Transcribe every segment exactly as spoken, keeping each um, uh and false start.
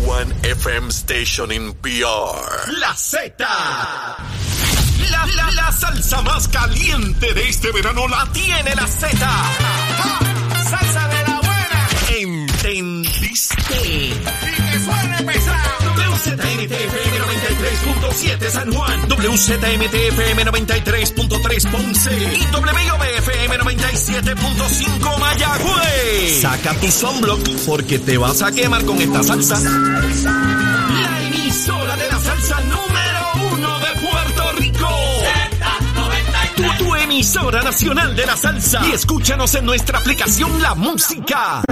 one F M station in P R. La Z. La, la, la salsa más caliente de este verano la tiene la Z. ¡Ja! Salsa de la buena. ¿Entendiste? Y que suene pesado. W Z M T F M noventa y tres punto siete San Juan, W Z M T F M noventa y tres punto tres Ponce y W I O B F M noventa y siete punto cinco Mayagüez. Saca tu sunblock porque te vas a quemar con esta salsa. Salsa. La emisora de la salsa número uno de Puerto Rico. Z noventa y tres. Tu, tu emisora nacional de la salsa. Y escúchanos en nuestra aplicación La Música.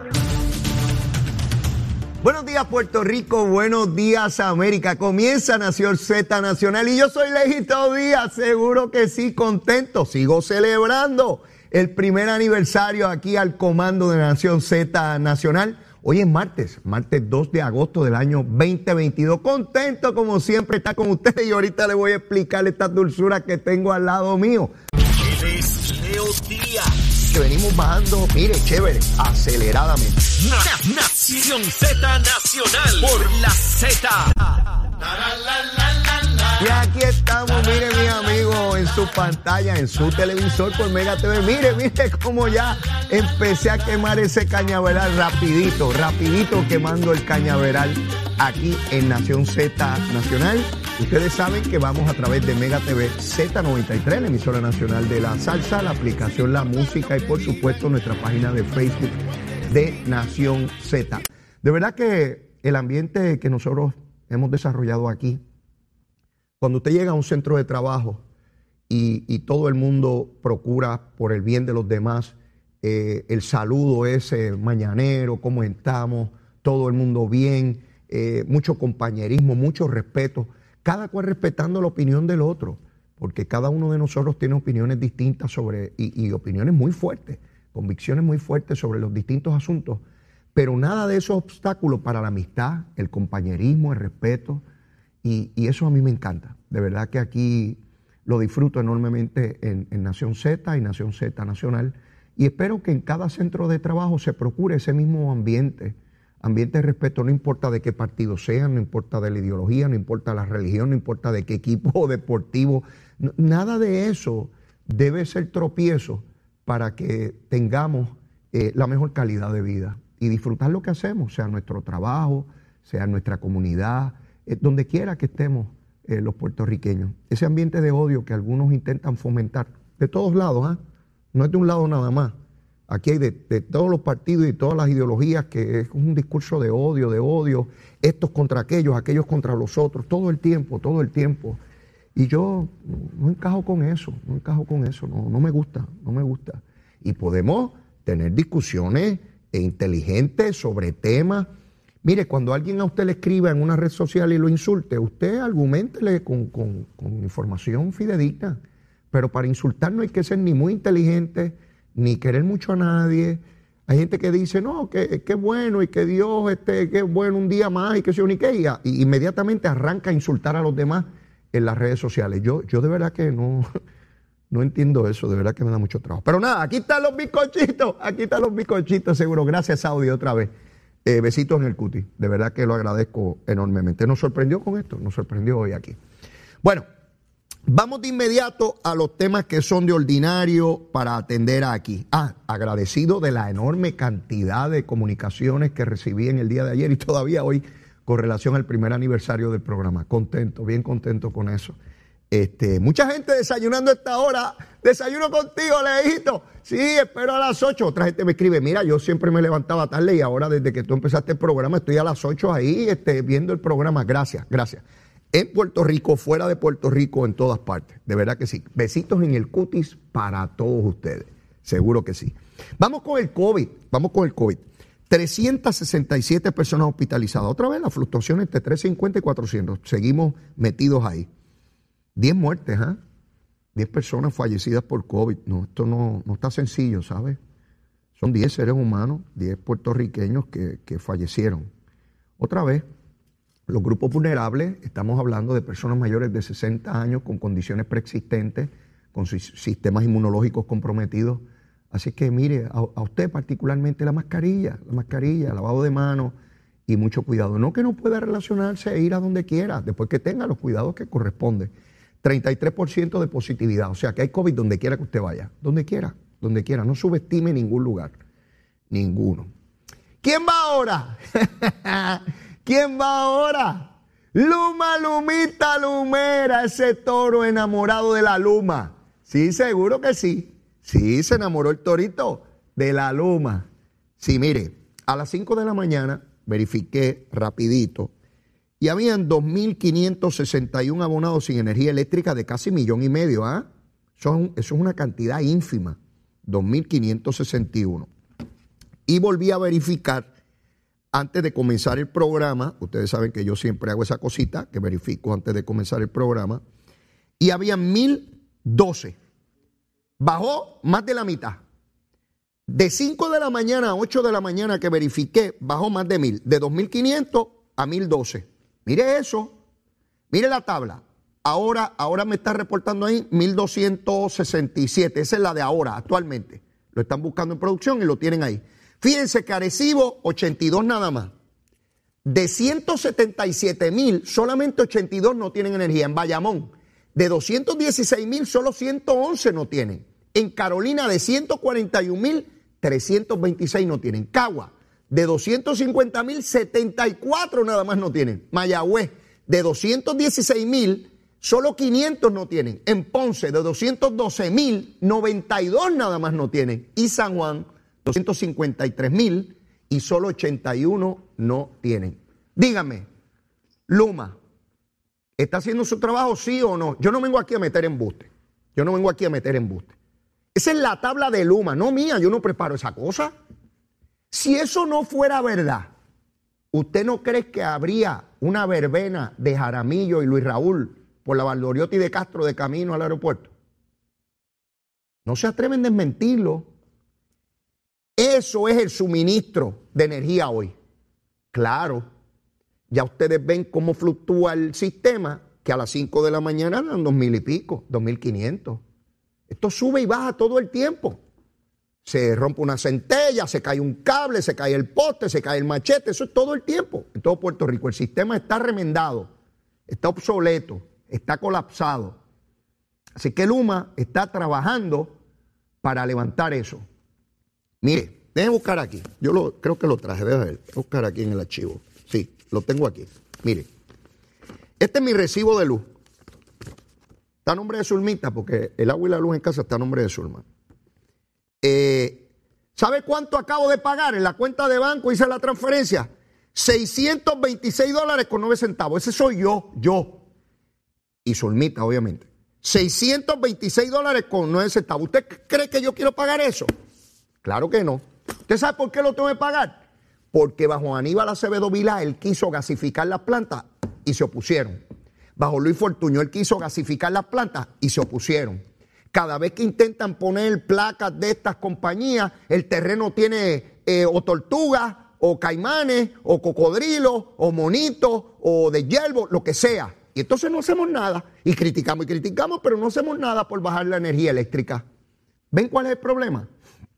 Buenos días, Puerto Rico. Buenos días, América. Comienza Nación Z Nacional y yo soy Lejito Díaz. Seguro que sí, contento. Sigo celebrando el primer aniversario aquí al comando de Nación Z Nacional. Hoy es martes, martes dos de agosto del año veinte veintidós. Contento, como siempre, estar con ustedes y ahorita les voy a explicar estas dulzuras que tengo al lado mío. Es Leo Díaz. Que venimos bajando, mire, chévere, aceleradamente. Na- Nación Z Nacional por la Z. Y aquí estamos, mire mi amigo, en su pantalla, en su televisor por Mega T V. Mire, mire cómo ya empecé a quemar ese cañaveral rapidito, rapidito quemando el cañaveral aquí en Nación Z Nacional. Ustedes saben que vamos a través de Mega T V Z noventa y tres, la emisora nacional de la salsa, la aplicación La Música y por supuesto nuestra página de Facebook de Nación Z. De verdad que el ambiente que nosotros hemos desarrollado aquí, cuando usted llega a un centro de trabajo y, y todo el mundo procura por el bien de los demás, eh, el saludo ese mañanero, cómo estamos, todo el mundo bien, eh, mucho compañerismo, mucho respeto, cada cual respetando la opinión del otro, porque cada uno de nosotros tiene opiniones distintas sobre y, y opiniones muy fuertes, convicciones muy fuertes sobre los distintos asuntos, pero nada de esos obstáculos para la amistad, el compañerismo, el respeto, y, y eso a mí me encanta. De verdad que aquí lo disfruto enormemente en, en Nación Z y Nación Z Nacional, y espero que en cada centro de trabajo se procure ese mismo ambiente, ambiente de respeto, no importa de qué partido sean, no importa de la ideología, no importa la religión, no importa de qué equipo deportivo, no, nada de eso debe ser tropiezo para que tengamos eh, la mejor calidad de vida y disfrutar lo que hacemos, sea nuestro trabajo, sea nuestra comunidad, eh, donde quiera que estemos eh, los puertorriqueños. Ese ambiente de odio que algunos intentan fomentar, de todos lados, ¿eh? No es de un lado nada más. Aquí hay de, de todos los partidos y todas las ideologías que es un discurso de odio, de odio, estos contra aquellos, aquellos contra los otros, todo el tiempo, todo el tiempo. Y yo no encajo con eso, no encajo con eso, no, no me gusta, no me gusta. Y podemos tener discusiones inteligentes sobre temas. Mire, cuando alguien a usted le escriba en una red social y lo insulte, usted arguméntele con, con, con información fidedigna. Pero para insultar no hay que ser ni muy inteligente, ni querer mucho a nadie. Hay gente que dice, no, que, que bueno y que Dios, este, que bueno un día más y que se ni qué, y, y inmediatamente arranca a insultar a los demás en las redes sociales. Yo, yo de verdad que no, no entiendo eso, de verdad que me da mucho trabajo. Pero nada, aquí están los bizcochitos, aquí están los bizcochitos seguro. Gracias, Saudi, otra vez. Eh, besitos en el cutis, de verdad que lo agradezco enormemente. Nos sorprendió con esto, nos sorprendió hoy aquí. Bueno, vamos de inmediato a los temas que son de ordinario para atender aquí. Ah, agradecido de la enorme cantidad de comunicaciones que recibí en el día de ayer y todavía hoy con relación al primer aniversario del programa. Contento, bien contento con eso. Este, mucha gente desayunando a esta hora. Desayuno contigo, Lejito. Sí, espero a las ocho. Otra gente me escribe, mira, yo siempre me levantaba tarde y ahora desde que tú empezaste el programa estoy a las ocho ahí este, viendo el programa. Gracias, gracias. En Puerto Rico, fuera de Puerto Rico, en todas partes. De verdad que sí. Besitos en el cutis para todos ustedes. Seguro que sí. Vamos con el COVID. Vamos con el COVID. trescientas sesenta y siete personas hospitalizadas. Otra vez la fluctuación entre trescientos cincuenta y cuatrocientos. Seguimos metidos ahí. diez muertes, ¿ah? ¿eh? diez personas fallecidas por COVID. No, esto no, no está sencillo, ¿sabes? Son diez seres humanos, diez puertorriqueños que, que fallecieron. Otra vez. Los grupos vulnerables, estamos hablando de personas mayores de sesenta años con condiciones preexistentes, con sus sistemas inmunológicos comprometidos. Así que mire, a, a usted particularmente la mascarilla, la mascarilla, lavado de manos y mucho cuidado. No que no pueda relacionarse e ir a donde quiera, después que tenga los cuidados que corresponden. treinta y tres por ciento de positividad, o sea que hay COVID donde quiera que usted vaya, donde quiera, donde quiera. No subestime ningún lugar, ninguno. ¿Quién va ahora? ¿Quién va ahora? Luma, Lumita, Lumera, ese toro enamorado de la Luma. Sí, seguro que sí. Sí, se enamoró el torito de la Luma. Sí, mire, a las cinco de la mañana verifiqué rapidito y habían dos mil quinientos sesenta y uno abonados sin energía eléctrica de casi millón y medio. ¿Ah? Eso, es, eso es una cantidad ínfima, dos mil quinientos sesenta y uno. Y volví a verificar antes de comenzar el programa. Ustedes saben que yo siempre hago esa cosita, que verifico antes de comenzar el programa. Y había mil doce. Bajó más de la mitad. De cinco de la mañana a ocho de la mañana que verifiqué, bajó más de mil. De dos mil quinientos a mil doce. Mire eso. Mire la tabla. Ahora, ahora me está reportando ahí mil doscientos sesenta y siete. Esa es la de ahora, actualmente. Lo están buscando en producción y lo tienen ahí. Fíjense que Arecibo, ochenta y dos nada más. De ciento setenta y siete mil, solamente ochenta y dos no tienen energía. En Bayamón, de doscientos dieciséis mil, solo ciento once no tienen. En Carolina, de ciento cuarenta y un mil, trescientos veintiséis no tienen. Cagua, de doscientos cincuenta mil, setenta y cuatro nada más no tienen. Mayagüez, de doscientos dieciséis mil, solo quinientos no tienen. En Ponce, de doscientos doce mil, noventa y dos nada más no tienen. Y San Juan, doscientos cincuenta y tres mil y solo ochenta y uno no tienen. Dígame, Luma, ¿está haciendo su trabajo sí o no? Yo no vengo aquí a meter embuste. Yo no vengo aquí a meter embuste. Esa es la tabla de Luma, no mía, yo no preparo esa cosa. Si eso no fuera verdad, ¿usted no cree que habría una verbena de Jaramillo y Luis Raúl por la Valdoriotti de Castro de camino al aeropuerto? No se atreven a desmentirlo. Eso es el suministro de energía hoy. Claro, ya ustedes ven cómo fluctúa el sistema, que a las cinco de la mañana dan dos mil y pico, dos mil quinientos. Esto sube y baja todo el tiempo. Se rompe una centella, se cae un cable, se cae el poste, se cae el machete, eso es todo el tiempo. En todo Puerto Rico el sistema está remendado, está obsoleto, está colapsado. Así que Luma está trabajando para levantar eso. Mire, déjenme buscar aquí. Yo lo, creo que lo traje, déjame ver. Voy a buscar aquí en el archivo. Sí, lo tengo aquí. Mire, este es mi recibo de luz. Está a nombre de Zulmita, porque el agua y la luz en casa está a nombre de Zulma. Eh, ¿Sabe cuánto acabo de pagar? En la cuenta de banco hice la transferencia. seiscientos veintiséis dólares con nueve centavos. Ese soy yo, yo. Y Zulmita, obviamente. seiscientos veintiséis dólares con nueve centavos. ¿Usted cree que yo quiero pagar eso? Claro que no. ¿Usted sabe por qué lo tengo que pagar? Porque bajo Aníbal Acevedo Vilá él quiso gasificar las plantas y se opusieron. Bajo Luis Fortuño él quiso gasificar las plantas y se opusieron. Cada vez que intentan poner placas de estas compañías, el terreno tiene eh, o tortugas, o caimanes, o cocodrilos, o monitos, o de hierbo, lo que sea. Y entonces no hacemos nada. Y criticamos y criticamos, pero no hacemos nada por bajar la energía eléctrica. ¿Ven cuál es el problema?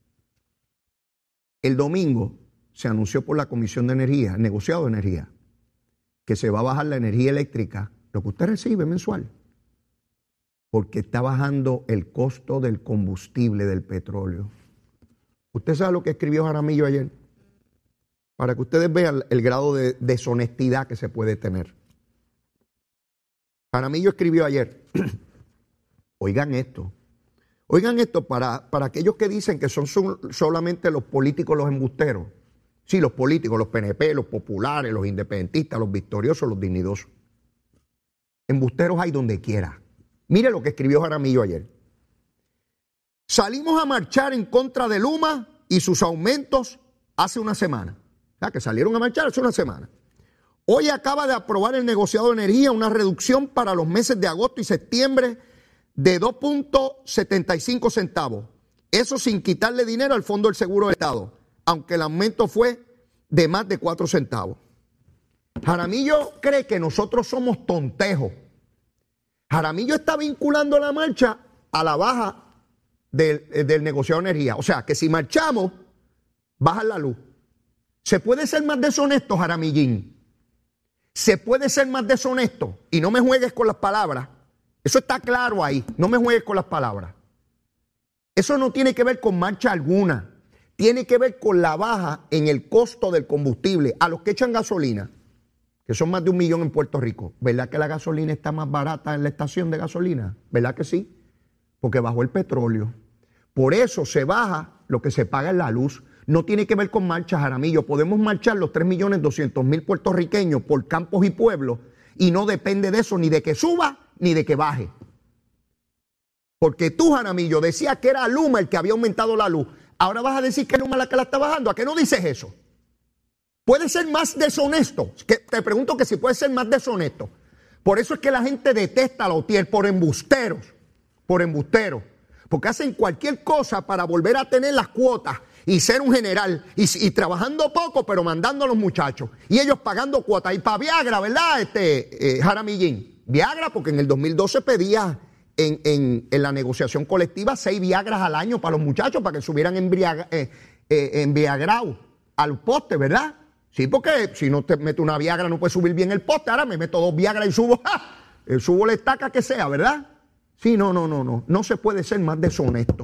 El domingo se anunció por la Comisión de Energía, negociado de energía, que se va a bajar la energía eléctrica, lo que usted recibe mensual, porque está bajando el costo del combustible del petróleo. ¿Usted sabe lo que escribió Jaramillo ayer? Para que ustedes vean el grado de deshonestidad que se puede tener. Jaramillo escribió ayer, oigan esto, oigan esto para, para aquellos que dicen que son su, solamente los políticos los embusteros. Sí, los políticos, los P N P, los populares, los independentistas, los victoriosos, los dignidosos. Embusteros hay donde quiera. Mire lo que escribió Jaramillo ayer. Salimos a marchar en contra de Luma y sus aumentos hace una semana. O sea, que salieron a marchar hace una semana. Hoy acaba de aprobar el negociado de energía una reducción para los meses de agosto y septiembre de dos punto setenta y cinco centavos. Eso sin quitarle dinero al Fondo del Seguro del Estado, aunque el aumento fue de más de cuatro centavos. Jaramillo cree que nosotros somos tontejos. Jaramillo está vinculando la marcha a la baja del, del negociado de energía. O sea, que si marchamos, baja la luz. ¿Se puede ser más deshonesto, Jaramillín? ¿Se puede ser más deshonesto? Y no me juegues con las palabras. Eso está claro ahí. No me juegues con las palabras. Eso no tiene que ver con marcha alguna. Tiene que ver con la baja en el costo del combustible. A los que echan gasolina, que son más de un millón en Puerto Rico, ¿verdad que la gasolina está más barata en la estación de gasolina? ¿Verdad que sí? Porque bajó el petróleo. Por eso se baja lo que se paga en la luz. No tiene que ver con marchas, Jaramillo. Podemos marchar los tres millones doscientos mil puertorriqueños por campos y pueblos y no depende de eso, ni de que suba ni de que baje. Porque tú, Jaramillo, decías que era Luma el que había aumentado la luz. Ahora vas a decir que Luma es la que la está bajando. ¿A qué no dices eso? Puede ser más deshonesto. Que, te pregunto que si puede ser más deshonesto. Por eso es que la gente detesta a la OTIER, por embusteros. Por embusteros. Porque hacen cualquier cosa para volver a tener las cuotas y ser un general, y, y trabajando poco, pero mandando a los muchachos. Y ellos pagando cuotas. Y para Viagra, ¿verdad, este, eh, Jaramillín? Viagra, porque en el dos mil doce pedía en, en, en la negociación colectiva seis Viagras al año para los muchachos, para que subieran embriaga, eh, eh, embriagrados al poste, ¿verdad? Sí, porque si no te meto una Viagra no puedes subir bien el poste. Ahora me meto dos Viagra y subo, ¡ja! Eh, subo la estaca que sea, ¿verdad? Sí, no, no, no, no. No se puede ser más deshonesto.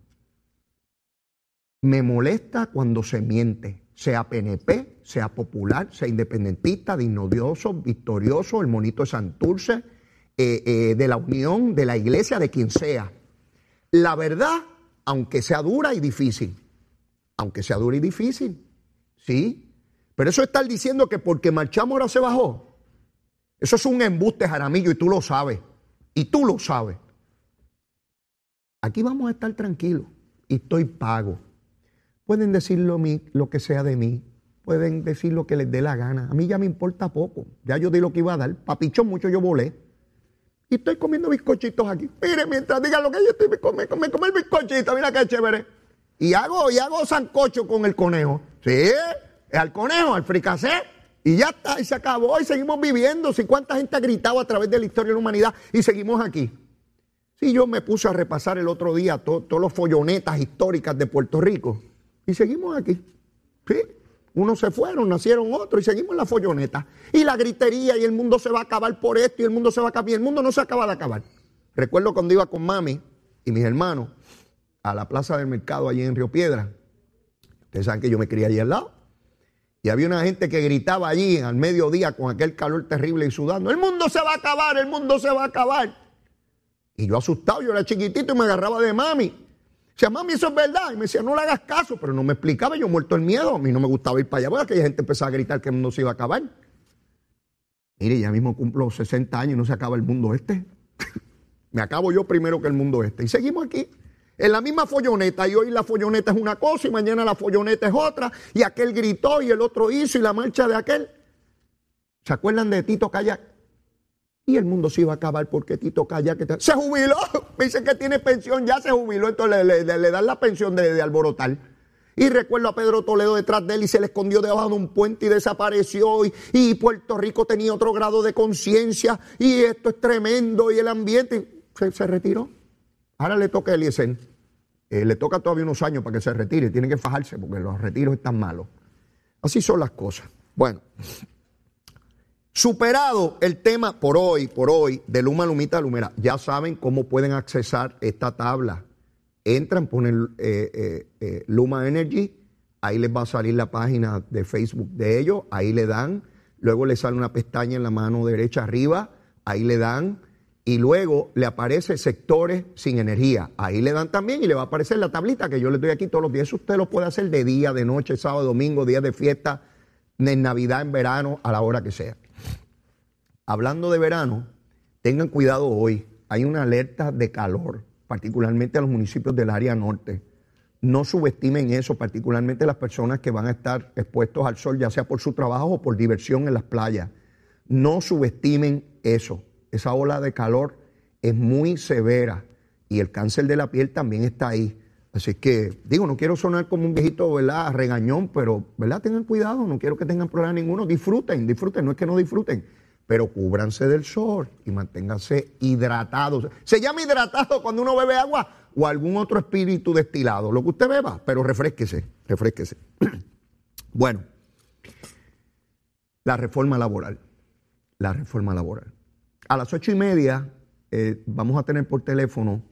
Me molesta cuando se miente, sea P N P, sea popular, sea independentista, dignodioso, victorioso, el monito de Santurce, eh, eh, de la Unión, de la Iglesia, de quien sea. La verdad, aunque sea dura y difícil, aunque sea dura y difícil, sí, pero eso estar diciendo que porque marchamos ahora se bajó, eso es un embuste, Jaramillo, y tú lo sabes, y tú lo sabes. Aquí vamos a estar tranquilos, y estoy pago. Pueden decir lo, mí, lo que sea de mí. Pueden decir lo que les dé la gana. A mí ya me importa poco. Ya yo di lo que iba a dar. Papichón mucho yo volé. Y estoy comiendo bizcochitos aquí. Mire, mientras digan lo que yo estoy, me come, me come el bizcochito. Mira qué chévere. Y hago, y hago sancocho con el conejo. Sí, al conejo, al fricasé. Y ya está, y se acabó. Y seguimos viviendo. Si cuánta gente ha gritado a través de la historia de la humanidad. Y seguimos aquí. Sí, yo me puse a repasar el otro día todos to, los follonetas históricas de Puerto Rico. Y seguimos aquí, ¿sí? Unos se fueron, nacieron otros y seguimos en la folloneta. Y la gritería y el mundo se va a acabar por esto y el mundo se va a acabar. Y el mundo no se acaba de acabar. Recuerdo cuando iba con mami y mis hermanos a la plaza del mercado allí en Río Piedra. Ustedes saben que yo me crié allí al lado. Y había una gente que gritaba allí al mediodía con aquel calor terrible y sudando. El mundo se va a acabar, el mundo se va a acabar. Y yo asustado, yo era chiquitito y me agarraba de mami. Decía, mami, eso es verdad. Y me decía, no le hagas caso, pero no me explicaba, yo muerto el miedo. A mí no me gustaba ir para allá, porque aquella gente empezaba a gritar que el mundo se iba a acabar. Mire, ya mismo cumplo sesenta años y no se acaba el mundo este. Me acabo yo primero que el mundo este. Y seguimos aquí, en la misma folloneta. Y hoy la folloneta es una cosa y mañana la folloneta es otra. Y aquel gritó y el otro hizo y la marcha de aquel. ¿Se acuerdan de Tito Kayak? Y el mundo se iba a acabar porque Tito Kayak que se jubiló. Me dicen que tiene pensión, ya se jubiló, entonces le, le, le dan la pensión de, de alborotar. Y recuerdo a Pedro Toledo detrás de él y se le escondió debajo de un puente y desapareció. Y, y Puerto Rico tenía otro grado de conciencia y esto es tremendo y el ambiente. Se, se retiró. Ahora le toca a Eliezer. Eh, le toca todavía unos años para que se retire. Tiene que fajarse porque los retiros están malos. Así son las cosas. Bueno. Superado el tema por hoy, por hoy, de Luma, Lumita, Lumera, ya saben cómo pueden accesar esta tabla. Entran, ponen eh, eh, eh, Luma Energy, ahí les va a salir la página de Facebook de ellos, ahí le dan, luego le sale una pestaña en la mano derecha arriba, ahí le dan, y luego le aparece sectores sin energía, ahí le dan también y le va a aparecer la tablita que yo les doy aquí todos los días. Eso usted lo puede hacer de día, de noche, sábado, domingo, días de fiesta, en Navidad, en verano, a la hora que sea. Hablando de verano, tengan cuidado hoy. Hay una alerta de calor, particularmente a los municipios del área norte. No subestimen eso, particularmente las personas que van a estar expuestos al sol, ya sea por su trabajo o por diversión en las playas. No subestimen eso. Esa ola de calor es muy severa y el cáncer de la piel también está ahí. Así que, digo, no quiero sonar como un viejito, ¿verdad?, regañón, pero, ¿verdad?, tengan cuidado, no quiero que tengan problema ninguno. Disfruten, disfruten, no es que no disfruten. Pero cúbranse del sol y manténganse hidratados. Se llama hidratado cuando uno bebe agua o algún otro espíritu destilado. Lo que usted beba, pero refrésquese, refrésquese. Bueno, La reforma laboral. La reforma laboral. A las ocho y media eh, vamos a tener por teléfono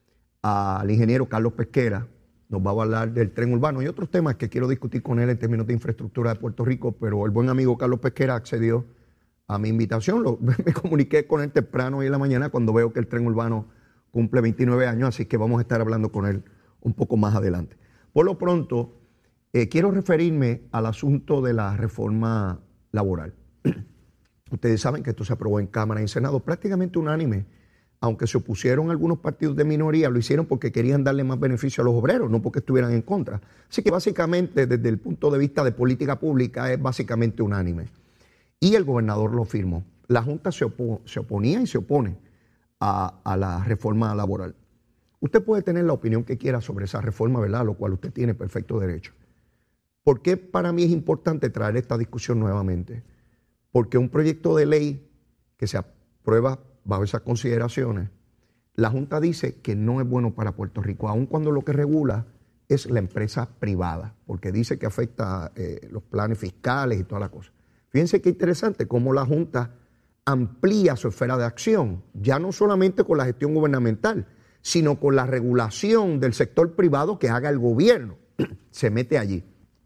al ingeniero Carlos Pesquera. Nos va a hablar del tren urbano y otros temas que quiero discutir con él en términos de infraestructura de Puerto Rico, pero el buen amigo Carlos Pesquera accedió a mi invitación. Lo, me comuniqué con él temprano hoy en la mañana cuando veo que el tren urbano cumple veintinueve años, así que vamos a estar hablando con él un poco más adelante. Por lo pronto, eh, quiero referirme al asunto de la reforma laboral. Ustedes saben que esto se aprobó en Cámara y en Senado prácticamente unánime. Aunque se opusieron algunos partidos de minoría, lo hicieron porque querían darle más beneficio a los obreros, no porque estuvieran en contra. Así que básicamente, desde el punto de vista de política pública, es básicamente unánime. Y el gobernador lo firmó. La Junta se, opo- se oponía y se opone a, a la reforma laboral. Usted puede tener la opinión que quiera sobre esa reforma, ¿verdad? Lo cual usted tiene perfecto derecho. ¿Por qué para mí es importante traer esta discusión nuevamente? Porque un proyecto de ley que se aprueba bajo esas consideraciones, la Junta dice que no es bueno para Puerto Rico, aun cuando lo que regula es la empresa privada, porque dice que afecta eh, los planes fiscales y toda la cosa. Fíjense qué interesante cómo la Junta amplía su esfera de acción, ya no solamente con la gestión gubernamental, sino con la regulación del sector privado que haga el gobierno. Se mete allí.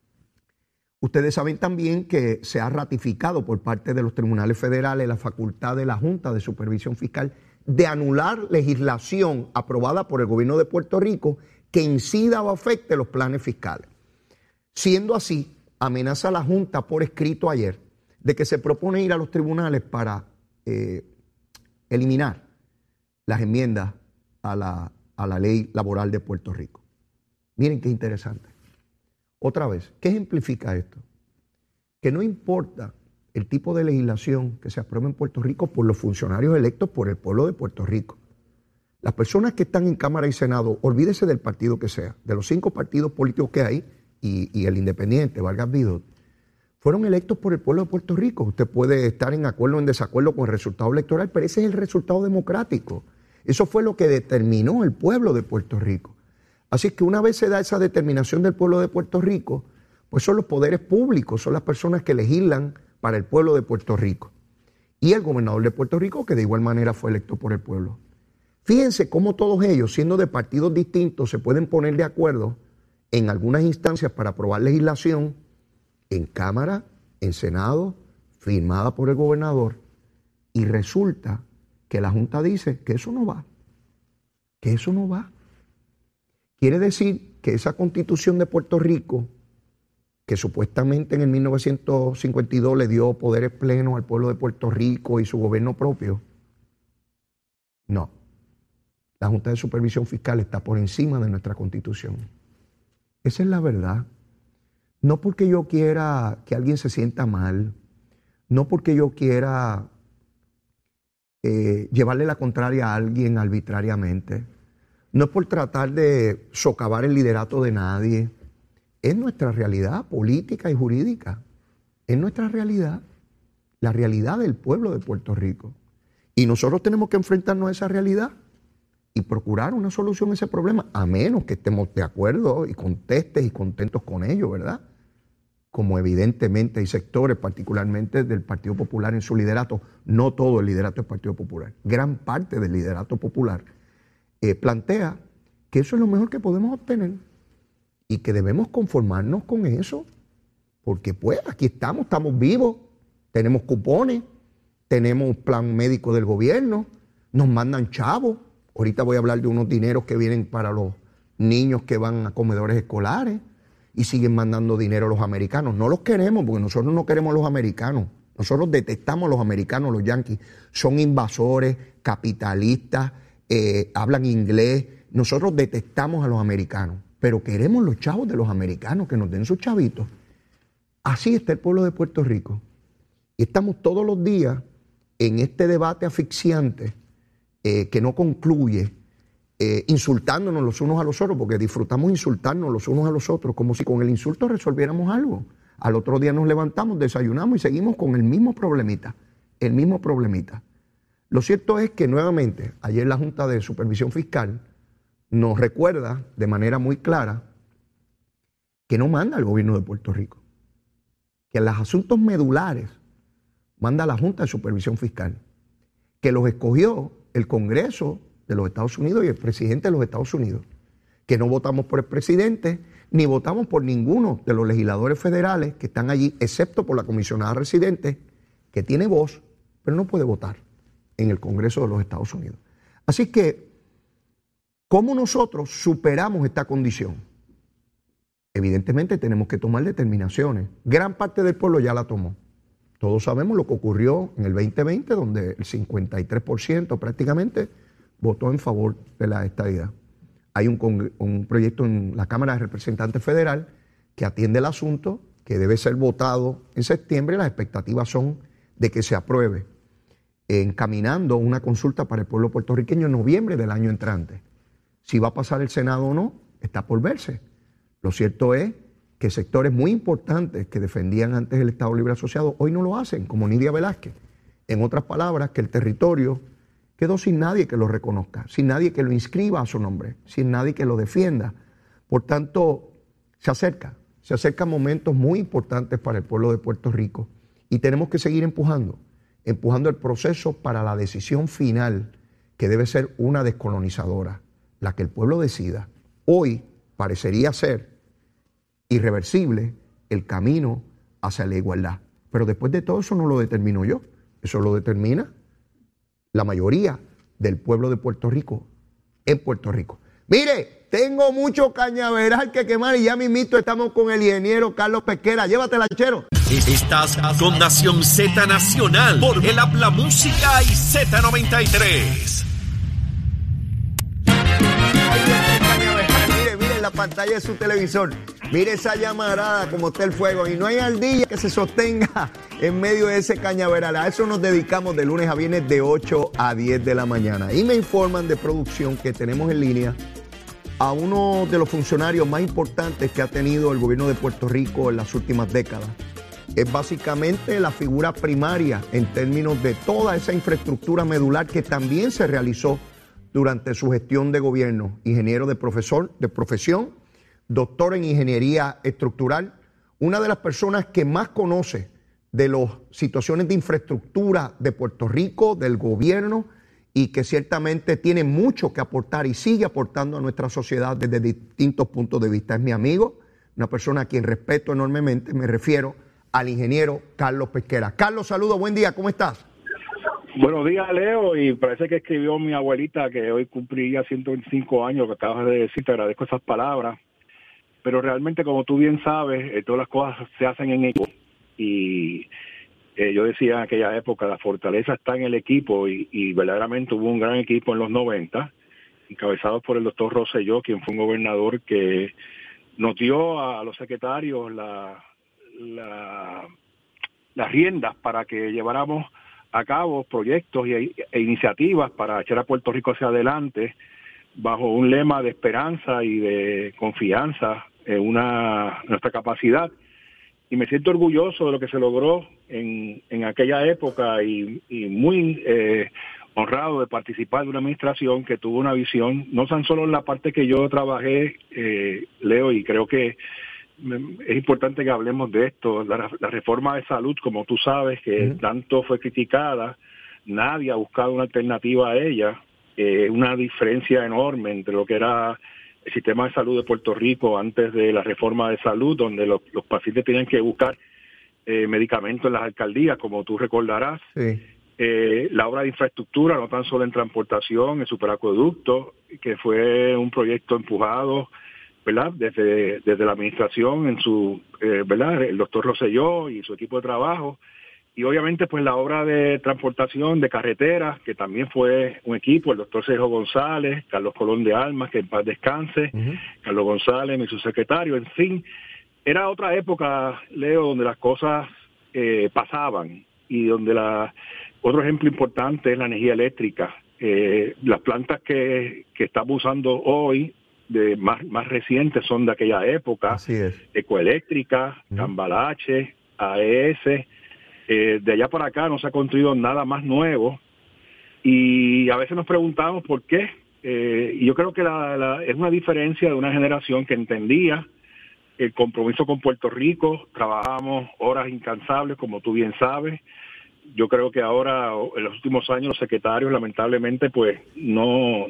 Ustedes saben también que se ha ratificado por parte de los tribunales federales la facultad de la Junta de Supervisión Fiscal de anular legislación aprobada por el gobierno de Puerto Rico que incida o afecte los planes fiscales. Siendo así, amenaza a la Junta por escrito ayer de que se propone ir a los tribunales para eh, eliminar las enmiendas a la, a la ley laboral de Puerto Rico. Miren qué interesante. Otra vez, ¿qué ejemplifica esto? Que no importa el tipo de legislación que se apruebe en Puerto Rico por los funcionarios electos por el pueblo de Puerto Rico. Las personas que están en Cámara y Senado, olvídese del partido que sea, de los cinco partidos políticos que hay y, y el independiente, Vargas Vidot, fueron electos por el pueblo de Puerto Rico. Usted puede estar en acuerdo o en desacuerdo con el resultado electoral, pero ese es el resultado democrático. Eso fue lo que determinó el pueblo de Puerto Rico. Así que una vez se da esa determinación del pueblo de Puerto Rico, pues son los poderes públicos, son las personas que legislan para el pueblo de Puerto Rico. Y el gobernador de Puerto Rico, que de igual manera fue electo por el pueblo. Fíjense cómo todos ellos, siendo de partidos distintos, se pueden poner de acuerdo en algunas instancias para aprobar legislación en Cámara, en Senado, firmada por el gobernador, y resulta que la Junta dice que eso no va, que eso no va. Quiere decir que esa Constitución de Puerto Rico, que supuestamente en el mil novecientos cincuenta y dos le dio poderes plenos al pueblo de Puerto Rico y su gobierno propio, no. La Junta de Supervisión Fiscal está por encima de nuestra Constitución. Esa es la verdad. No porque yo quiera que alguien se sienta mal, no porque yo quiera eh, llevarle la contraria a alguien arbitrariamente, no es por tratar de socavar el liderato de nadie. Es nuestra realidad política y jurídica. Es nuestra realidad, la realidad del pueblo de Puerto Rico. Y nosotros tenemos que enfrentarnos a esa realidad y procurar una solución a ese problema, a menos que estemos de acuerdo y contestes y contentos con ello, ¿verdad? Como evidentemente hay sectores, particularmente del Partido Popular en su liderato, no todo el liderato del Partido Popular, gran parte del liderato popular, eh, plantea que eso es lo mejor que podemos obtener y que debemos conformarnos con eso, porque pues aquí estamos, estamos vivos, tenemos cupones, tenemos plan médico del gobierno, nos mandan chavos. Ahorita voy a hablar de unos dineros que vienen para los niños que van a comedores escolares y siguen mandando dinero a los americanos. No los queremos porque nosotros no queremos a los americanos. Nosotros detestamos a los americanos, los yanquis. Son invasores, capitalistas, eh, hablan inglés. Nosotros detestamos a los americanos, pero queremos los chavos de los americanos, que nos den sus chavitos. Así está el pueblo de Puerto Rico. Y estamos todos los días en este debate asfixiante Eh, que no concluye, eh, insultándonos los unos a los otros, porque disfrutamos insultarnos los unos a los otros, como si con el insulto resolviéramos algo. Al otro día nos levantamos, desayunamos y seguimos con el mismo problemita, el mismo problemita. Lo cierto es que nuevamente, ayer la Junta de Supervisión Fiscal nos recuerda de manera muy clara que no manda el gobierno de Puerto Rico, que los asuntos medulares manda a la Junta de Supervisión Fiscal, que los escogió el Congreso de los Estados Unidos y el presidente de los Estados Unidos, que no votamos por el presidente ni votamos por ninguno de los legisladores federales que están allí, excepto por la comisionada residente, que tiene voz, pero no puede votar en el Congreso de los Estados Unidos. Así que, ¿cómo nosotros superamos esta condición? Evidentemente tenemos que tomar determinaciones. Gran parte del pueblo ya la tomó. Todos sabemos lo que ocurrió en el veinte veinte, donde el cincuenta y tres por ciento prácticamente votó en favor de la estadidad. Hay un, un proyecto en la Cámara de Representantes Federal que atiende el asunto, que debe ser votado en septiembre, y las expectativas son de que se apruebe, encaminando una consulta para el pueblo puertorriqueño en noviembre del año entrante. Si va a pasar el Senado o no, está por verse. Lo cierto es que sectores muy importantes que defendían antes el Estado Libre Asociado hoy no lo hacen, como Nidia Velázquez. En otras palabras, que el territorio quedó sin nadie que lo reconozca, sin nadie que lo inscriba a su nombre, sin nadie que lo defienda. Por tanto, se acerca, se acercan momentos muy importantes para el pueblo de Puerto Rico y tenemos que seguir empujando, empujando el proceso para la decisión final, que debe ser una descolonizadora, la que el pueblo decida. Hoy parecería ser irreversible el camino hacia la igualdad, pero después de todo eso no lo determino yo, eso lo determina la mayoría del pueblo de Puerto Rico en Puerto Rico. Mire, tengo mucho cañaveral que quemar y ya mismito estamos con el ingeniero Carlos Pesquera. Llévatela, Chero. Estás con Nación Z Nacional por el Habla Música y Z noventa y tres. Mire, mire en la pantalla de su televisor. Mire esa llamarada como está el fuego y no hay ardilla que se sostenga en medio de ese cañaveral. A eso nos dedicamos de lunes a viernes de ocho a diez de la mañana. Y me informan de producción que tenemos en línea a uno de los funcionarios más importantes que ha tenido el gobierno de Puerto Rico en las últimas décadas. Es básicamente la figura primaria en términos de toda esa infraestructura medular que también se realizó durante su gestión de gobierno. Ingeniero de, profesor, de profesión, doctor en ingeniería estructural, una de las personas que más conoce de las situaciones de infraestructura de Puerto Rico, del gobierno, y que ciertamente tiene mucho que aportar y sigue aportando a nuestra sociedad desde distintos puntos de vista. Es mi amigo, una persona a quien respeto enormemente, me refiero al ingeniero Carlos Pesquera. Carlos, saludos, buen día, ¿cómo estás? Buenos días, Leo, y parece que escribió mi abuelita que hoy cumpliría ciento veinticinco años, que acabas de decir, te agradezco esas palabras, pero realmente, como tú bien sabes, eh, todas las cosas se hacen en equipo, y eh, yo decía en aquella época, la fortaleza está en el equipo, y, y verdaderamente hubo un gran equipo en los noventa, encabezado por el doctor Rosselló, quien fue un gobernador que nos dio a los secretarios la, la, las riendas para que lleváramos a cabo proyectos y, e iniciativas para echar a Puerto Rico hacia adelante bajo un lema de esperanza y de confianza en una nuestra capacidad. Y me siento orgulloso de lo que se logró en, en aquella época y, y muy eh, honrado de participar de una administración que tuvo una visión, no tan solo en la parte que yo trabajé, eh, Leo, y creo que es importante que hablemos de esto, la, la reforma de salud, como tú sabes, que uh-huh. tanto fue criticada, nadie ha buscado una alternativa a ella, eh, una diferencia enorme entre lo que era el sistema de salud de Puerto Rico antes de la reforma de salud, donde los, los pacientes tenían que buscar eh, medicamentos en las alcaldías, como tú recordarás, sí. eh, la obra de infraestructura, no tan solo en transportación, el superacueducto, que fue un proyecto empujado, ¿verdad? Desde, desde la administración, en su, eh, ¿verdad? El doctor Rosselló y su equipo de trabajo, y obviamente pues la obra de transportación de carreteras, que también fue un equipo, el doctor Sergio González, Carlos Colón de Almas, que en paz descanse, uh-huh. Carlos González, mi subsecretario, en fin, era otra época, Leo, donde las cosas eh, pasaban, y donde la, otro ejemplo importante es la energía eléctrica. Eh, las plantas que, que estamos usando hoy, de más, más recientes, son de aquella época. Así es. Ecoeléctrica, uh-huh. Cambalache, A E S, eh, de allá para acá no se ha construido nada más nuevo, y a veces nos preguntamos por qué, eh, y yo creo que la, la, es una diferencia de una generación que entendía el compromiso con Puerto Rico, trabajamos horas incansables, como tú bien sabes, yo creo que ahora, en los últimos años, los secretarios, lamentablemente, pues no,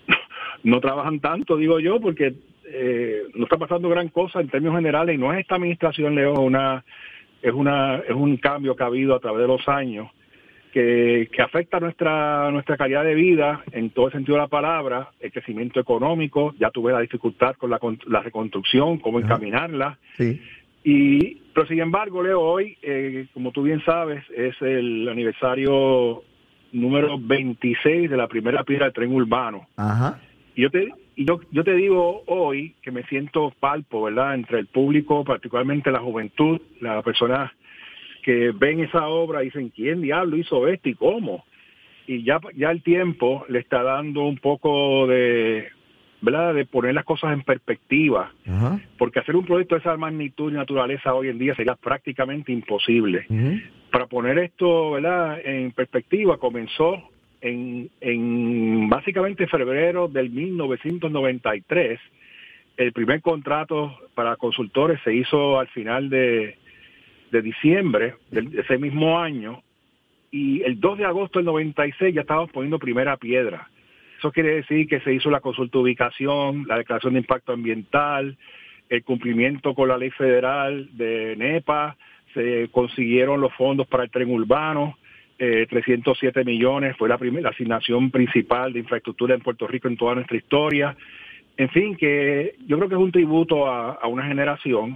no trabajan tanto, digo yo, porque eh, no está pasando gran cosa en términos generales, y no es esta administración, Leo, una, es, una, es un cambio que ha habido a través de los años, que, que afecta nuestra nuestra calidad de vida en todo el sentido de la palabra, el crecimiento económico, ya tuve la dificultad con la, la reconstrucción, cómo encaminarla. Sí. Y, pero sin embargo, Leo, hoy, eh, como tú bien sabes, es el aniversario número veintiséis de la primera piedra del tren urbano. Ajá. Y yo te, y yo, yo te digo hoy que me siento palpo, ¿verdad?, entre el público, particularmente la juventud, las personas que ven esa obra y dicen, ¿quién diablo hizo esto y cómo? Y ya, ya el tiempo le está dando un poco de, ¿verdad?, de poner las cosas en perspectiva. Uh-huh. Porque hacer un proyecto de esa magnitud y naturaleza hoy en día sería prácticamente imposible. Uh-huh. Para poner esto, ¿verdad?, en perspectiva, comenzó en, en básicamente febrero del mil novecientos noventa y tres. El primer contrato para consultores se hizo al final de de diciembre de ese mismo año, y el dos de agosto del noventa y seis ya estábamos poniendo primera piedra. Eso quiere decir que se hizo la consulta de ubicación, la declaración de impacto ambiental, el cumplimiento con la ley federal de NEPA, se consiguieron los fondos para el tren urbano, eh, trescientos siete millones, fue la, primera, la asignación principal de infraestructura en Puerto Rico en toda nuestra historia. En fin, que yo creo que es un tributo a, a una generación.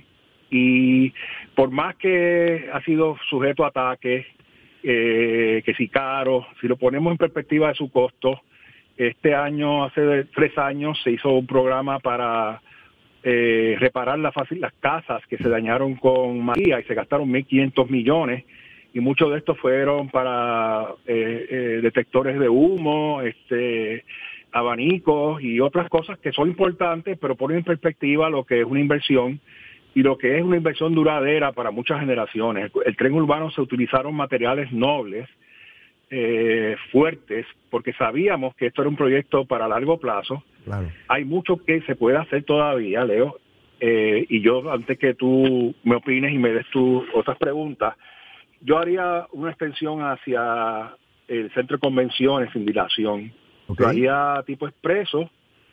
Y por más que ha sido sujeto a ataques, eh, que si caro, si lo ponemos en perspectiva de su costo, este año, hace tres años, se hizo un programa para eh, reparar la las casas que se dañaron con María y se gastaron mil quinientos millones, y muchos de estos fueron para eh, eh, detectores de humo, este, abanicos y otras cosas que son importantes, pero ponen en perspectiva lo que es una inversión y lo que es una inversión duradera para muchas generaciones. El, el tren urbano se utilizaron materiales nobles, eh, fuertes, porque sabíamos que esto era un proyecto para largo plazo. Claro. Hay mucho que se puede hacer todavía, Leo, eh, y yo, antes que tú me opines y me des tus otras preguntas, yo haría una extensión hacia el centro de convenciones sin dilación. Okay. Lo haría tipo expreso,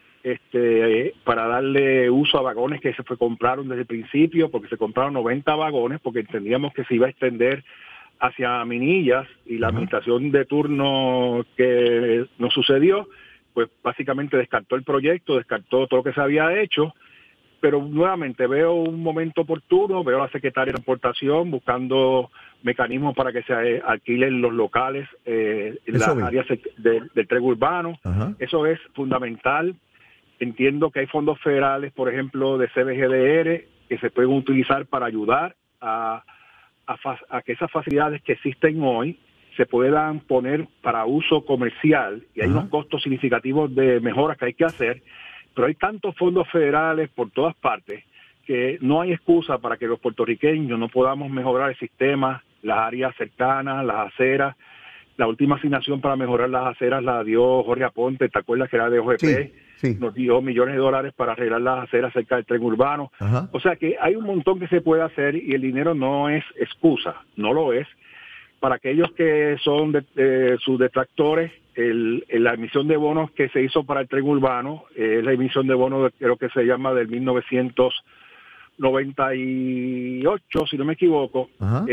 este para darle uso a vagones que se fue, compraron desde el principio, porque se compraron noventa vagones, porque entendíamos que se iba a extender hacia Minillas, y la uh-huh. administración de turno que nos sucedió, pues básicamente descartó el proyecto, descartó todo lo que se había hecho. Pero nuevamente veo un momento oportuno, veo a la secretaria de Transportación buscando mecanismos para que se alquilen los locales eh, en las áreas de, del tren urbano. Uh-huh. Eso es fundamental. Entiendo que hay fondos federales, por ejemplo, de C B G D R, que se pueden utilizar para ayudar a, a, a que esas facilidades que existen hoy se puedan poner para uso comercial, y hay uh-huh. unos costos significativos de mejoras que hay que hacer, pero hay tantos fondos federales por todas partes que no hay excusa para que los puertorriqueños no podamos mejorar el sistema, las áreas cercanas, las aceras. La última asignación para mejorar las aceras la dio Jorge Aponte, ¿te acuerdas que era de O G P? Sí, sí. Nos dio millones de dólares para arreglar las aceras cerca del tren urbano. Ajá. O sea que hay un montón que se puede hacer, y el dinero no es excusa, no lo es. Para aquellos que son de, eh, sus detractores, el, el, la emisión de bonos que se hizo para el tren urbano, es eh, la emisión de bonos, creo que se llama del mil novecientos noventa y ocho, si no me equivoco,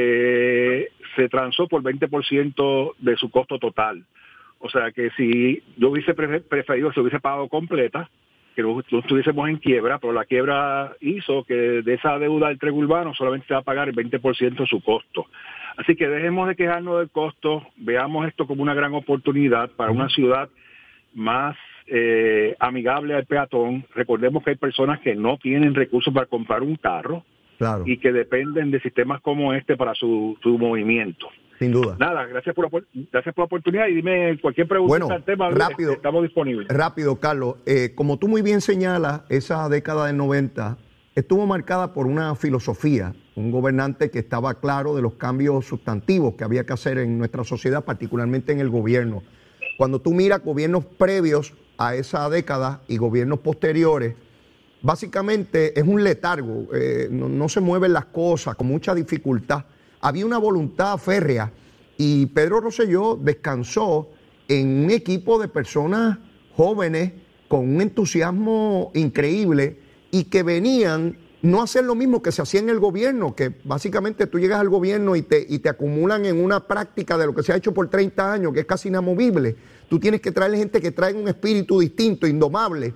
eh, se transó por veinte por ciento de su costo total. O sea que si yo hubiese preferido, se hubiese pagado completa, que no, no estuviésemos en quiebra, pero la quiebra hizo que de esa deuda del tren urbano solamente se va a pagar el veinte por ciento de su costo. Así que dejemos de quejarnos del costo, veamos esto como una gran oportunidad para una ciudad más eh, amigable al peatón. Recordemos que hay personas que no tienen recursos para comprar un carro, claro, y que dependen de sistemas como este para su, su movimiento. Sin duda. Nada, gracias por la, gracias por la oportunidad, y dime cualquier pregunta bueno, al tema. Rápido, estamos disponibles. Rápido, Carlos. Eh, como tú muy bien señalas, esa década del noventa estuvo marcada por una filosofía, un gobernante que estaba claro de los cambios sustantivos que había que hacer en nuestra sociedad, particularmente en el gobierno. Cuando tú miras gobiernos previos a esa década y gobiernos posteriores, básicamente es un letargo, eh, no, no se mueven las cosas, con mucha dificultad. Había una voluntad férrea y Pedro Rosselló descansó en un equipo de personas jóvenes con un entusiasmo increíble y que venían no a hacer lo mismo que se hacía en el gobierno, que básicamente tú llegas al gobierno y te, y te acumulan en una práctica de lo que se ha hecho por treinta años, que es casi inamovible. Tú tienes que traer gente que traiga un espíritu distinto, indomable,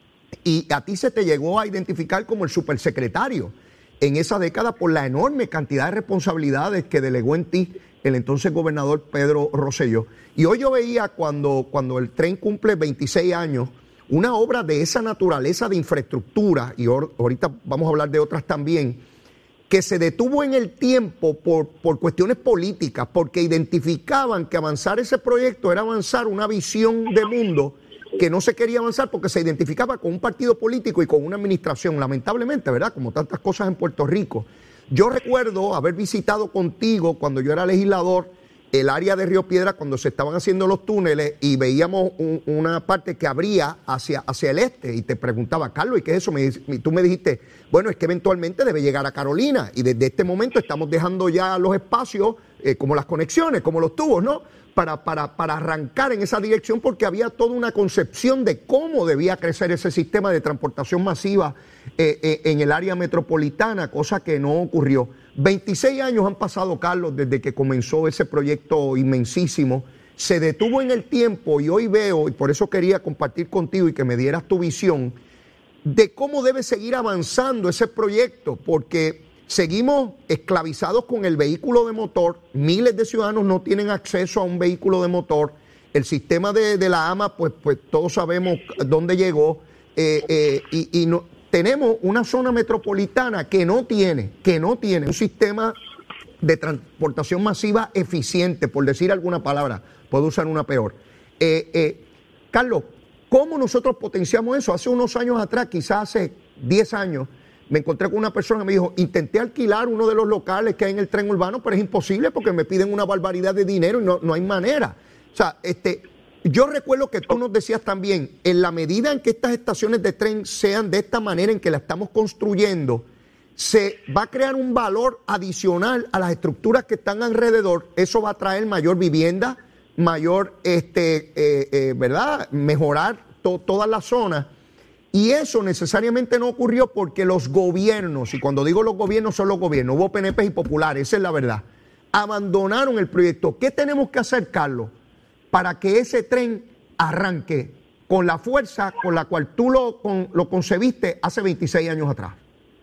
y a ti se te llegó a identificar como el supersecretario en esa década por la enorme cantidad de responsabilidades que delegó en ti el entonces gobernador Pedro Rosselló. Y hoy yo veía cuando, cuando el tren cumple veintiséis años, una obra de esa naturaleza de infraestructura, y ahorita vamos a hablar de otras también, que se detuvo en el tiempo por, por cuestiones políticas, porque identificaban que avanzar ese proyecto era avanzar una visión de mundo que no se quería avanzar porque se identificaba con un partido político y con una administración, lamentablemente, ¿verdad? Como tantas cosas en Puerto Rico. Yo recuerdo haber visitado contigo cuando yo era legislador el área de Río Piedra cuando se estaban haciendo los túneles y veíamos un, una parte que abría hacia, hacia el este y te preguntaba, Carlos, ¿y qué es eso? Me, y tú me dijiste, bueno, es que eventualmente debe llegar a Carolina y desde este momento estamos dejando ya los espacios eh, como las conexiones, como los tubos, ¿no? Para, para, para arrancar en esa dirección porque había toda una concepción de cómo debía crecer ese sistema de transportación masiva eh, eh, en el área metropolitana, cosa que no ocurrió. veintiséis años han pasado, Carlos, desde que comenzó ese proyecto inmensísimo. Se detuvo en el tiempo y hoy veo, y por eso quería compartir contigo y que me dieras tu visión, de cómo debe seguir avanzando ese proyecto, porque seguimos esclavizados con el vehículo de motor, miles de ciudadanos no tienen acceso a un vehículo de motor, el sistema de, de la A M A, pues, pues todos sabemos dónde llegó, eh, eh, y, y no, tenemos una zona metropolitana que no tiene, que no tiene un sistema de transportación masiva eficiente, por decir alguna palabra, puedo usar una peor. Eh, eh, Carlos, ¿cómo nosotros potenciamos eso? Hace unos años atrás, quizás hace diez años, me encontré con una persona que me dijo, intenté alquilar uno de los locales que hay en el tren urbano, pero es imposible porque me piden una barbaridad de dinero y no, no hay manera. O sea, este, yo recuerdo que tú nos decías también, en la medida en que estas estaciones de tren sean de esta manera en que la estamos construyendo, se va a crear un valor adicional a las estructuras que están alrededor. Eso va a traer mayor vivienda, mayor, este, eh, eh, ¿verdad? Mejorar to, todas las zonas. Y eso necesariamente no ocurrió porque los gobiernos, y cuando digo los gobiernos son los gobiernos, hubo P N P y populares, esa es la verdad, abandonaron el proyecto. ¿Qué tenemos que hacer, Carlos, para que ese tren arranque con la fuerza con la cual tú lo, con, lo concebiste hace veintiséis años atrás?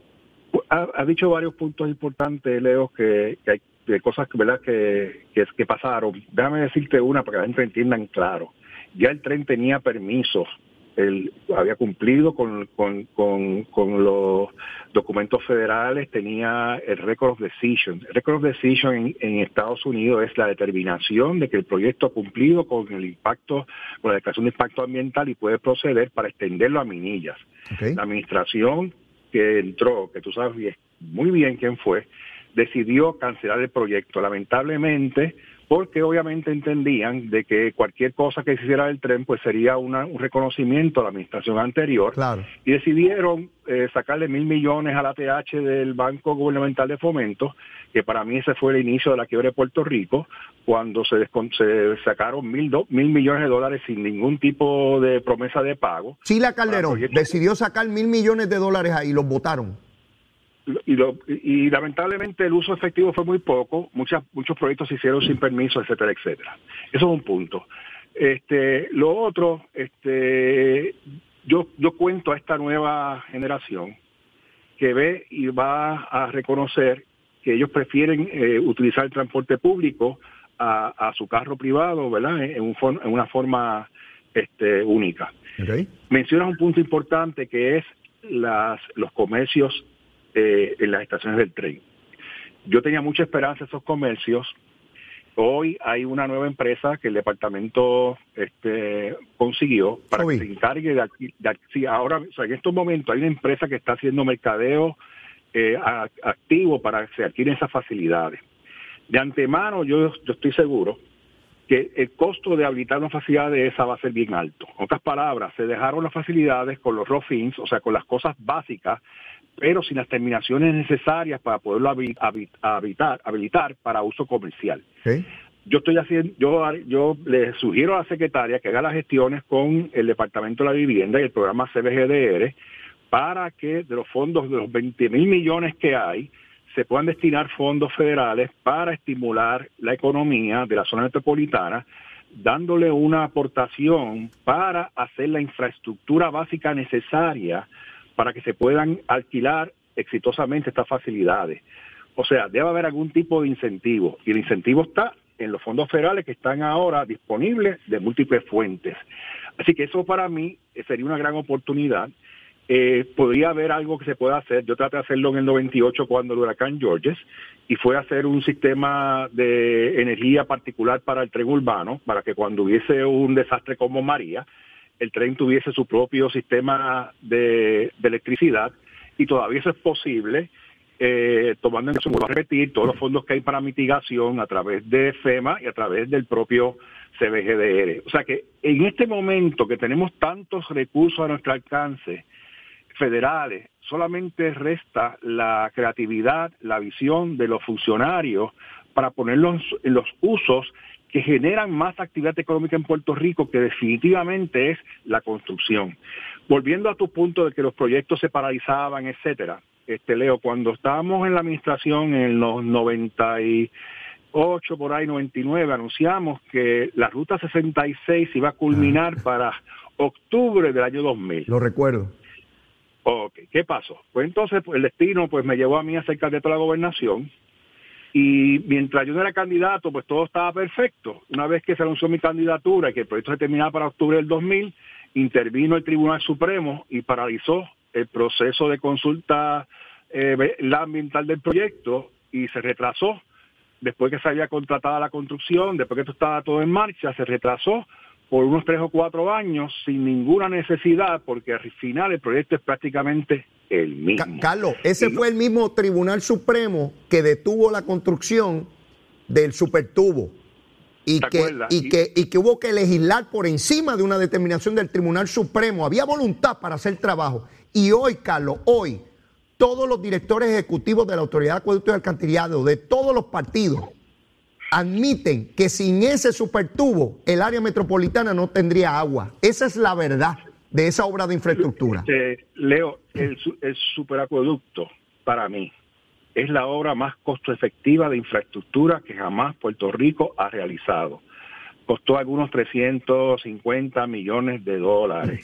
Ha, ha dicho varios puntos importantes, Leo, que, que hay de cosas ¿verdad? Que, que, que pasaron. Déjame decirte una para que la gente entienda claro. Ya el tren tenía permisos. Él había cumplido con, con, con, con los documentos federales, tenía el Record of Decision. El Record of Decision en, en Estados Unidos es la determinación de que el proyecto ha cumplido con el impacto, con la declaración de impacto ambiental y puede proceder para extenderlo a Minillas. Okay. La administración que entró, que tú sabes muy bien quién fue, decidió cancelar el proyecto. Lamentablemente, porque obviamente entendían de que cualquier cosa que se hiciera del tren pues sería una, un reconocimiento a la administración anterior. Claro. Y decidieron eh, sacarle mil millones a la A T H del Banco Gubernamental de Fomento, que para mí ese fue el inicio de la quiebra de Puerto Rico, cuando se, descon- se sacaron mil, do- mil millones de dólares sin ningún tipo de promesa de pago. Chila Calderón decidió sacar mil millones de dólares ahí y los votaron. Y, lo, y lamentablemente el uso efectivo fue muy poco, muchas, muchos proyectos se hicieron sin permiso, etcétera, etcétera. Eso es un punto. Este, lo otro, este, yo, yo cuento a esta nueva generación que ve y va a reconocer que ellos prefieren eh, utilizar el transporte público a, a su carro privado, ¿verdad? En, un for, en una forma este, única. Okay. Mencionas un punto importante que es las, los comercios Eh, en las estaciones del tren. Yo tenía mucha esperanza en esos comercios. Hoy hay una nueva empresa que el departamento este, consiguió para Uy. que se encargue de, de, de ahora, o sea, en estos momentos hay una empresa que está haciendo mercadeo eh, a, activo para que se adquieren esas facilidades. De antemano yo, yo estoy seguro que el costo de habilitar una facilidad de esa va a ser bien alto. En otras palabras, se dejaron las facilidades con los raw things, o sea, con las cosas básicas, pero sin las terminaciones necesarias para poderlo habilitar, habilitar para uso comercial. ¿Sí? yo estoy haciendo, yo, yo le sugiero a la secretaria que haga las gestiones con el Departamento de la Vivienda y el programa C B G D R para que de los fondos, de los veinte mil millones que hay, se puedan destinar fondos federales para estimular la economía de la zona metropolitana, dándole una aportación para hacer la infraestructura básica necesaria para que se puedan alquilar exitosamente estas facilidades. O sea, debe haber algún tipo de incentivo, y el incentivo está en los fondos federales que están ahora disponibles de múltiples fuentes. Así que eso para mí sería una gran oportunidad. Eh, podría haber algo que se pueda hacer. Yo traté de hacerlo en el noventa y ocho cuando el huracán Georges, y fue hacer un sistema de energía particular para el tren urbano, para que cuando hubiese un desastre como María, el tren tuviese su propio sistema de, de electricidad, y todavía eso es posible, eh, tomando en cuenta, a repetir, todos los fondos que hay para mitigación a través de FEMA y a través del propio C B G D R. O sea que en este momento que tenemos tantos recursos a nuestro alcance, federales, solamente resta la creatividad, la visión de los funcionarios para ponerlos en los usos que generan más actividad económica en Puerto Rico, que definitivamente es la construcción. Volviendo a tu punto de que los proyectos se paralizaban, etcétera, este Leo, cuando estábamos en la administración en los noventa y ocho, por ahí noventa y nueve, anunciamos que la ruta sesenta y seis iba a culminar ah. para octubre del año dos mil. Lo recuerdo. Ok, ¿qué pasó? Pues entonces pues, el destino pues me llevó a mí a ser candidato a la gobernación, y mientras yo no era candidato, pues todo estaba perfecto. Una vez que se anunció mi candidatura y que el proyecto se terminaba para octubre del dos mil, intervino el Tribunal Supremo y paralizó el proceso de consulta eh, la ambiental del proyecto, y se retrasó. Después que se había contratado la construcción, después que esto estaba todo en marcha, se retrasó por unos tres o cuatro años sin ninguna necesidad, porque al final el proyecto es prácticamente el mismo. Carlos, ese y fue el mismo Tribunal Supremo que detuvo la construcción del supertubo y que, y, y, que, y que hubo que legislar por encima de una determinación del Tribunal Supremo. Había voluntad para hacer trabajo. Y hoy, Carlos, hoy, todos los directores ejecutivos de la Autoridad de Acueductos y Alcantarillado, de todos los partidos, admiten que sin ese supertubo el área metropolitana no tendría agua. Esa es la verdad de esa obra de infraestructura. Eh, Leo, el, el superacueducto para mí es la obra más costo efectiva de infraestructura que jamás Puerto Rico ha realizado. Costó algunos trescientos cincuenta millones de dólares.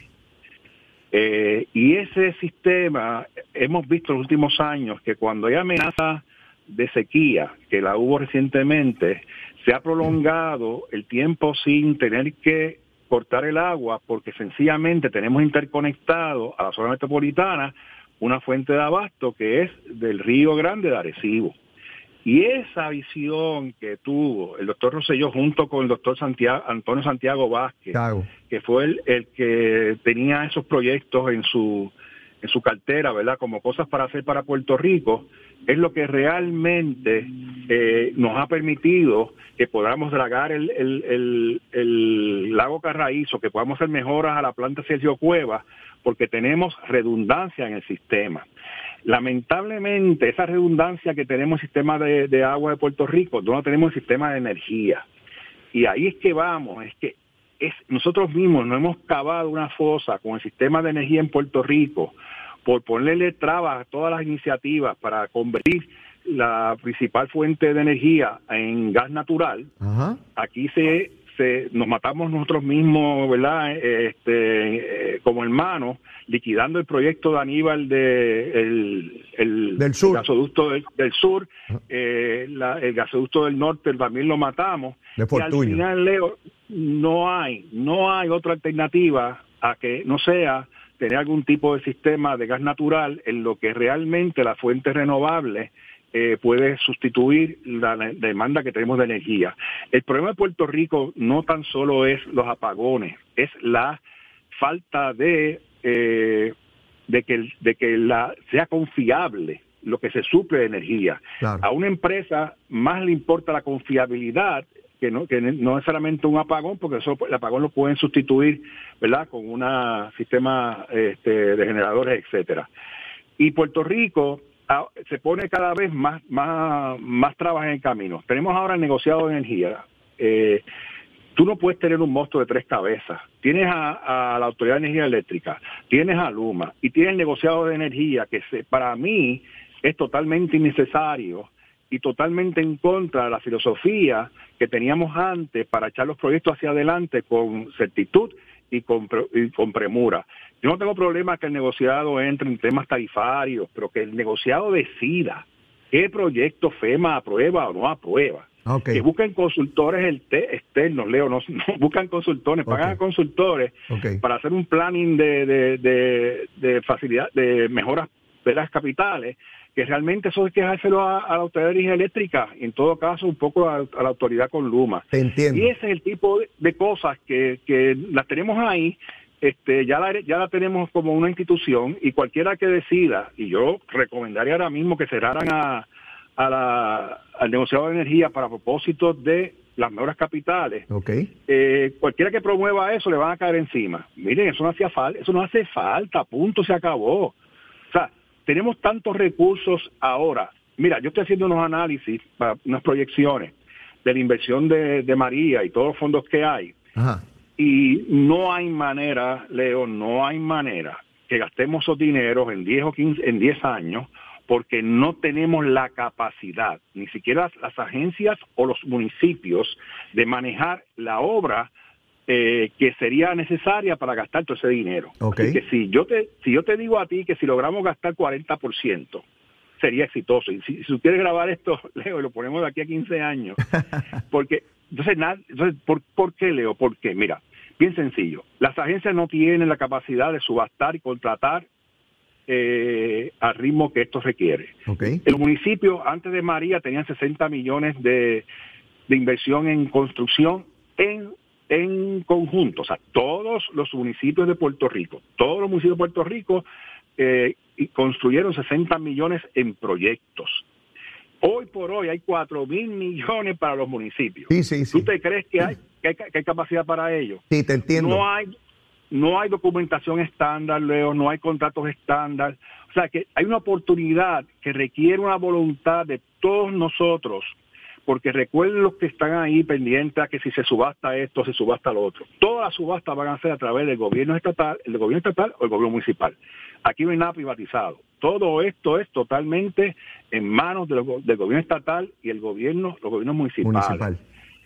Eh, y ese sistema, hemos visto en los últimos años que cuando hay amenaza de sequía, que la hubo recientemente, se ha prolongado el tiempo sin tener que cortar el agua, porque sencillamente tenemos interconectado a la zona metropolitana una fuente de abasto que es del Río Grande de Arecibo. Y esa visión que tuvo el doctor Rosselló junto con el doctor Santiago, Antonio Santiago Vázquez, Cago. que fue el, el que tenía esos proyectos en su en su cartera, ¿verdad?, como cosas para hacer para Puerto Rico, es lo que realmente eh, nos ha permitido que podamos dragar el, el, el, el lago Carraízo, que podamos hacer mejoras a la planta Sergio Cueva, porque tenemos redundancia en el sistema. Lamentablemente, esa redundancia que tenemos en el sistema de, de agua de Puerto Rico, no tenemos el sistema de energía. Y ahí es que vamos, es que es nosotros mismos no hemos cavado una fosa con el sistema de energía en Puerto Rico por ponerle trabas a todas las iniciativas para convertir la principal fuente de energía en gas natural. Ajá. Aquí se, se nos matamos nosotros mismos, ¿verdad? Este, eh, como hermanos, liquidando el proyecto de Aníbal de el, el, del sur. el gasoducto del, del sur, eh, la, el gasoducto del norte también lo matamos. De y al final, Leo, no hay, no hay otra alternativa a que no sea tener algún tipo de sistema de gas natural en lo que realmente la fuente renovable eh, puede sustituir la, la demanda que tenemos de energía. El problema de Puerto Rico no tan solo es los apagones, es la falta de eh, de que de que la sea confiable lo que se suple de energía. Claro. A una empresa más le importa la confiabilidad que no que no necesariamente un apagón, porque eso el apagón lo pueden sustituir, ¿verdad?, con un sistema este, de generadores, etcétera. Y Puerto Rico a, se pone cada vez más más más trabas en el camino. Tenemos ahora el negociado de energía. eh, tú no puedes tener un monstruo de tres cabezas. Tienes a, a la Autoridad de Energía Eléctrica, tienes a Luma y tienes el negociado de energía, que se, para mí es totalmente innecesario y totalmente en contra de la filosofía que teníamos antes para echar los proyectos hacia adelante con certitud y con, y con premura. Yo no tengo problema que el negociado entre en temas tarifarios, pero que el negociado decida qué proyecto FEMA aprueba o no aprueba. Okay. Que busquen consultores externos, Leo, no, no buscan consultores, pagan okay. a consultores okay. para hacer un planning de, de, de, de facilidad, de mejoras de las capitales, que realmente eso es que dejárselo a, a la Autoridad de Energía Eléctrica, en todo caso un poco a, a la autoridad con Luma. Te entiendo. Y ese es el tipo de, de cosas que, que las tenemos ahí, este, ya la, ya la tenemos como una institución, y cualquiera que decida, y yo recomendaría ahora mismo que cerraran a, a la, al negociado de energía para propósitos de las mejoras capitales, okay. eh, cualquiera que promueva eso le van a caer encima. Miren, eso no hacía falta, eso no hace falta, punto, se acabó. O sea, tenemos tantos recursos ahora. Mira, yo estoy haciendo unos análisis, para unas proyecciones de la inversión de, de María y todos los fondos que hay. Ajá. Y no hay manera, Leo, no hay manera que gastemos esos dineros en diez o quince, en diez años, porque no tenemos la capacidad, ni siquiera las agencias o los municipios, de manejar la obra Eh, que sería necesaria para gastar todo ese dinero. Okay. Así que si yo te si yo te digo a ti que si logramos gastar cuarenta por ciento sería exitoso. Y si, si tú quieres grabar esto, Leo, y lo ponemos de aquí a quince años, porque entonces, nada, entonces ¿por, ¿por qué, Leo? Porque, mira, bien sencillo, las agencias no tienen la capacidad de subastar y contratar eh, al ritmo que esto requiere. Okay. El municipio antes de María tenían sesenta millones de, de inversión en construcción en en conjunto, o sea, todos los municipios de Puerto Rico, todos los municipios de Puerto Rico eh, construyeron sesenta millones en proyectos. Hoy por hoy hay cuatro mil millones para los municipios. Sí, sí, sí. ¿Tú te crees que hay, que hay, que hay capacidad para ello? Sí, te entiendo. No hay, no hay documentación estándar, Leo, no hay contratos estándar. O sea, que hay una oportunidad que requiere una voluntad de todos nosotros, porque recuerden los que están ahí pendientes a que si se subasta esto, se subasta lo otro. Todas las subastas van a ser a través del gobierno estatal, el gobierno estatal o el gobierno municipal. Aquí no hay nada privatizado. Todo esto es totalmente en manos de lo, del gobierno estatal y el gobierno, los gobiernos municipales. Municipal.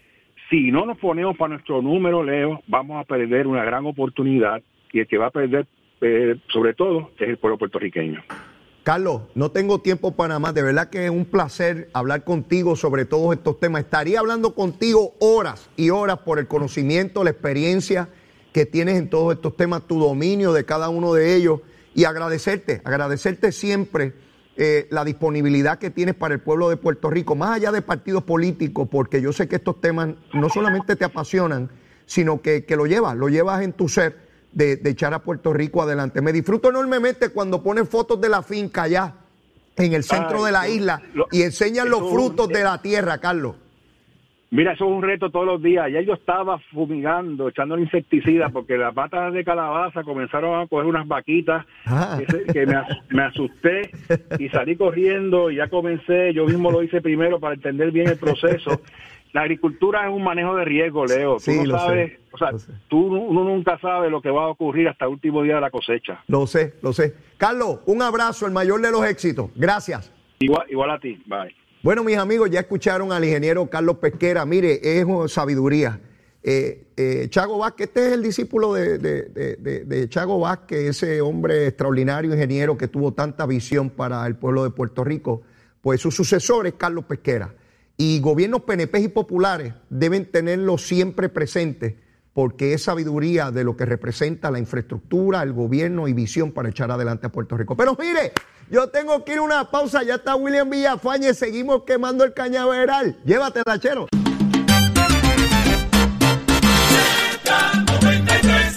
Si no nos ponemos para nuestro número, Leo, vamos a perder una gran oportunidad, y el que va a perder, eh, sobre todo, es el pueblo puertorriqueño. Carlos, no tengo tiempo para más. De verdad que es un placer hablar contigo sobre todos estos temas. Estaría hablando contigo horas y horas por el conocimiento, la experiencia que tienes en todos estos temas, tu dominio de cada uno de ellos, y agradecerte, agradecerte siempre eh, la disponibilidad que tienes para el pueblo de Puerto Rico, más allá de partidos políticos, porque yo sé que estos temas no solamente te apasionan, sino que, que lo llevas, lo llevas en tu ser. De, de echar a Puerto Rico adelante. Me disfruto enormemente cuando ponen fotos de la finca allá en el centro Ay, de la lo, isla lo, y enseñan los frutos un, de la tierra, Carlos. Mira, eso es un reto todos los días. Ya yo estaba fumigando, echándole insecticida, porque las patas de calabaza comenzaron a coger unas vaquitas ah. que, que me, me asusté y salí corriendo y ya comencé. Yo mismo lo hice primero para entender bien el proceso. La agricultura es un manejo de riesgo, Leo. Sí, tú no lo sabes, sé, o sea, lo sé. tú uno nunca sabe lo que va a ocurrir hasta el último día de la cosecha. Lo sé, lo sé. Carlos, un abrazo, el mayor de los éxitos. Gracias. Igual, igual a ti. Bye. Bueno, mis amigos, ya escucharon al ingeniero Carlos Pesquera. Mire, es sabiduría. Eh, eh, Chago Vázquez, este es el discípulo de, de, de, de, de Chago Vázquez, ese hombre extraordinario ingeniero que tuvo tanta visión para el pueblo de Puerto Rico. Pues su sucesor es Carlos Pesquera. Y gobiernos P N P y populares deben tenerlo siempre presente, porque es sabiduría de lo que representa la infraestructura, el gobierno y visión para echar adelante a Puerto Rico. Pero mire, yo tengo que ir a una pausa, ya está William Villafañe, seguimos quemando el cañaveral. Llévatela, Chero.